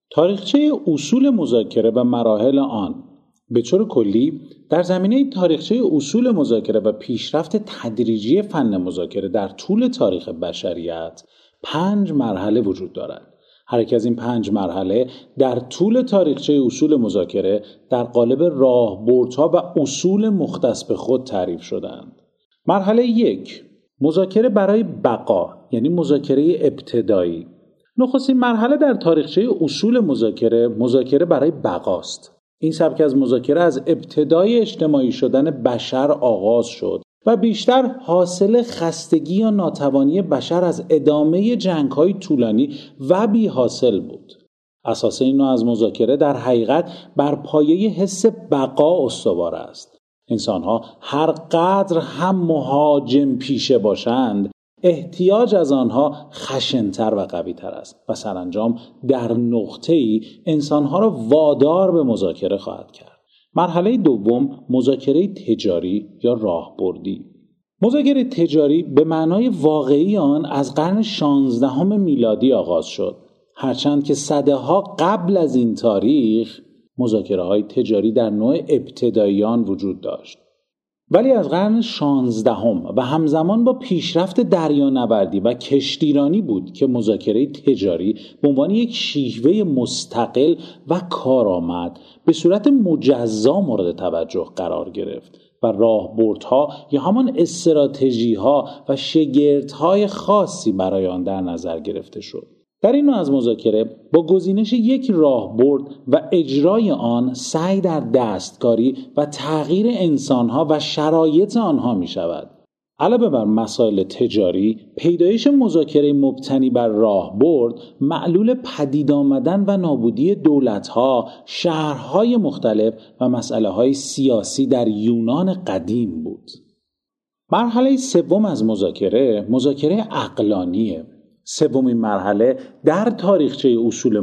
تاریخچه اصول مذاکره و مراحل آن. به طور کلی در زمینه تاریخچه اصول مذاکره و پیشرفت تدریجی فن مذاکره در طول تاریخ بشریت 5 مرحله وجود دارد. هر یک از این 5 مرحله در طول تاریخچه اصول مذاکره در قالب راهبردها و اصول مختص به خود تعریف شدند. مرحله 1 مذاکره برای بقا، یعنی مذاکره ابتدایی. نخستین مرحله در تاریخچه اصول مذاکره برای بقاست. این سبک از مذاکره از ابتدای اجتماعی شدن بشر آغاز شد و بیشتر حاصل خستگی یا ناتوانی بشر از ادامه جنگ‌های طولانی و بی حاصل بود. اساس این نوع از مذاکره در حقیقت بر پایه حس بقا استوار است. انسان‌ها هر قدر هم مهاجم پیشه باشند، احتیاج از آنها خشن‌تر و قوی‌تر است و سرانجام در نقطه‌ای انسان‌ها را وادار به مذاکره خواهد کرد. مرحله دوم مذاکره تجاری یا راهبردی. مذاکره تجاری به معنای واقعی آن از قرن 16 میلادی آغاز شد، هرچند که سده‌ها قبل از این تاریخ مذاکره‌های تجاری در نوع ابتدایی آن وجود داشت. ولی از قرن 16 و همزمان با پیشرفت دریانوردی و کشتیرانی بود که مذاکره تجاری به عنوان یک شیوه مستقل و کارآمد به صورت مجزا مورد توجه قرار گرفت و راهبردها یا همان استراتژی‌ها و شگردهای خاصی برای آن در نظر گرفته شد. در این نوع از مذاکره با گزینش یک راهبرد و اجرای آن سعی در دستکاری و تغییر انسانها و شرایط آنها می شود. علاوه بر مسائل تجاری، پیدایش مذاکره مبتنی بر راهبرد معلول پدید آمدن و نابودی دولت‌ها، شهرهای مختلف و مسائل‌های سیاسی در یونان قدیم بود. مرحله سوم از مذاکره عقلانیه. سومین مرحله در تاریخچه اصول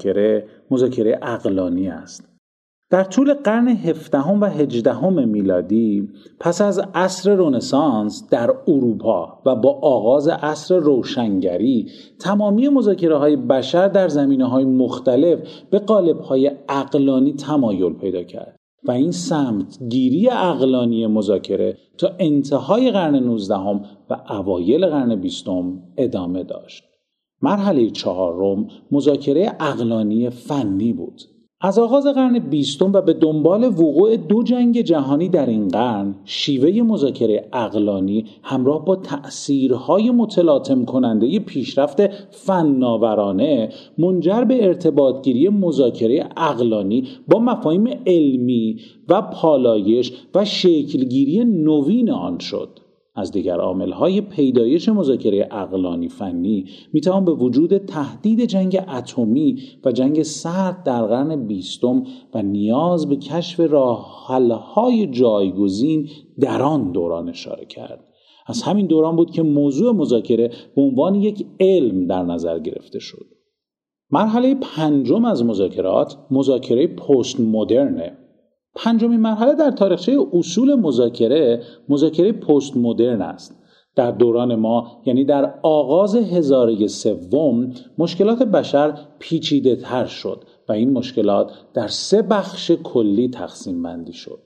مذاکره عقلانی است. در طول قرن 17 و 18 میلادی پس از عصر رنسانس در اروپا و با آغاز عصر روشنگری تمامی مذاکره‌های بشر در زمینه‌های مختلف به قالب‌های عقلانی تمایل پیدا کرد و این سمتگیری عقلانی مذاکره تا انتهای قرن 19 و اوایل قرن 20 ادامه داشت. مرحله چهارم مذاکره عقلانی فنی بود. از آغاز قرن 20 و به دنبال وقوع 2 جنگ جهانی در این قرن، شیوه مذاکره عقلانی همراه با تأثیرهای متلاطم کننده پیشرفت فناورانه منجر به ارتباطگیری مذاکره عقلانی با مفاهیم علمی و پالایش و شکلگیری نوین آن شد. از دیگر عامل‌های پیدایش مذاکره عقلانی فنی می‌توان به وجود تهدید جنگ اتمی و جنگ سرد در قرن 20 و نیاز به کشف راه‌حل‌های جایگزین در آن دوران اشاره کرد. از همین دوران بود که موضوع مذاکره به عنوان یک علم در نظر گرفته شد. مرحله پنجم از مذاکره پست مدرنه. پنجمین مرحله در تاریخچه اصول مذاکره پست مدرن است. در دوران ما، یعنی در آغاز هزاره سوم، مشکلات بشر پیچیده تر شد و این مشکلات در 3 بخش کلی تقسیم بندی شد.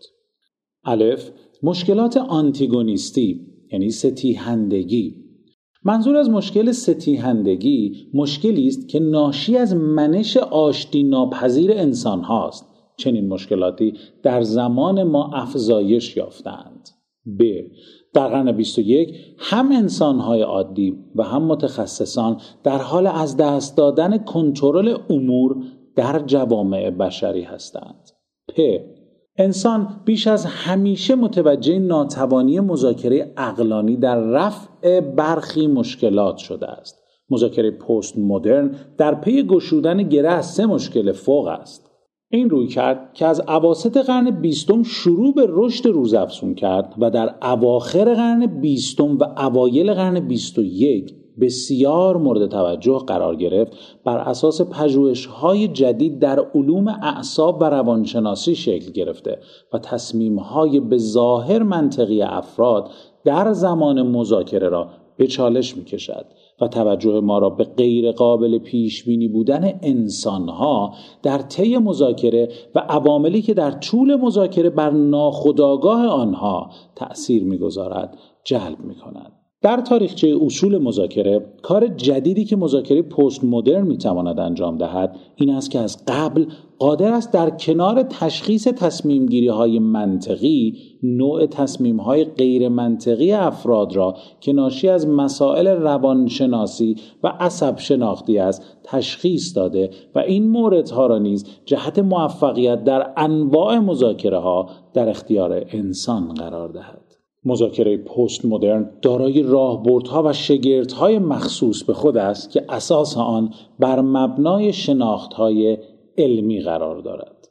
الف، مشکلات آنتیگونیستی، یعنی ستیهندگی. منظور از مشکل ستیهندگی مشکلی است که ناشی از منش آشتی ناپذیر انسان هاست. چنین مشکلاتی در زمان ما افزایش یافتند. ب. در قرن 21 هم انسان‌های عادی و هم متخصصان در حال از دست دادن کنترل امور در جوامع بشری هستند. پ. انسان بیش از همیشه متوجه ناتوانی مذاکره عقلانی در رفع برخی مشکلات شده است. مذاکره پست مدرن در پی گشودن گره از 3 مشکل فوق است. این روی کرد که از اواسط قرن 20 شروع به رشد روزافزون کرد و در اواخر قرن 20 و اوایل قرن 21 بسیار مورد توجه قرار گرفت، بر اساس پژوهش‌های جدید در علوم اعصاب و روانشناسی شکل گرفته و تصمیم‌های به ظاهر منطقی افراد در زمان مذاکره را به چالش می‌کشد و توجه ما را به غیر قابل پیش بینی بودن انسانها در طی مذاکره و عواملی که در طول مذاکره بر ناخودآگاه آنها تأثیر می‌گذارد جلب می‌کند. در تاریخچه اصول مذاکره، کار جدیدی که مذاکره پست مدرن میتواند انجام دهد این است که از قبل قادر است در کنار تشخیص تصمیم گیری های منطقی، نوع تصمیم های غیر منطقی افراد را که ناشی از مسائل روانشناسی و عصب شناختی است تشخیص داده و این موردها را نیز جهت موفقیت در انواع مذاکره ها در اختیار انسان قرار دهد. مذاکره پست مدرن دارای راهبردها و شگردهای مخصوص به خود است که اساس آن بر مبنای شناختهای علمی قرار دارد.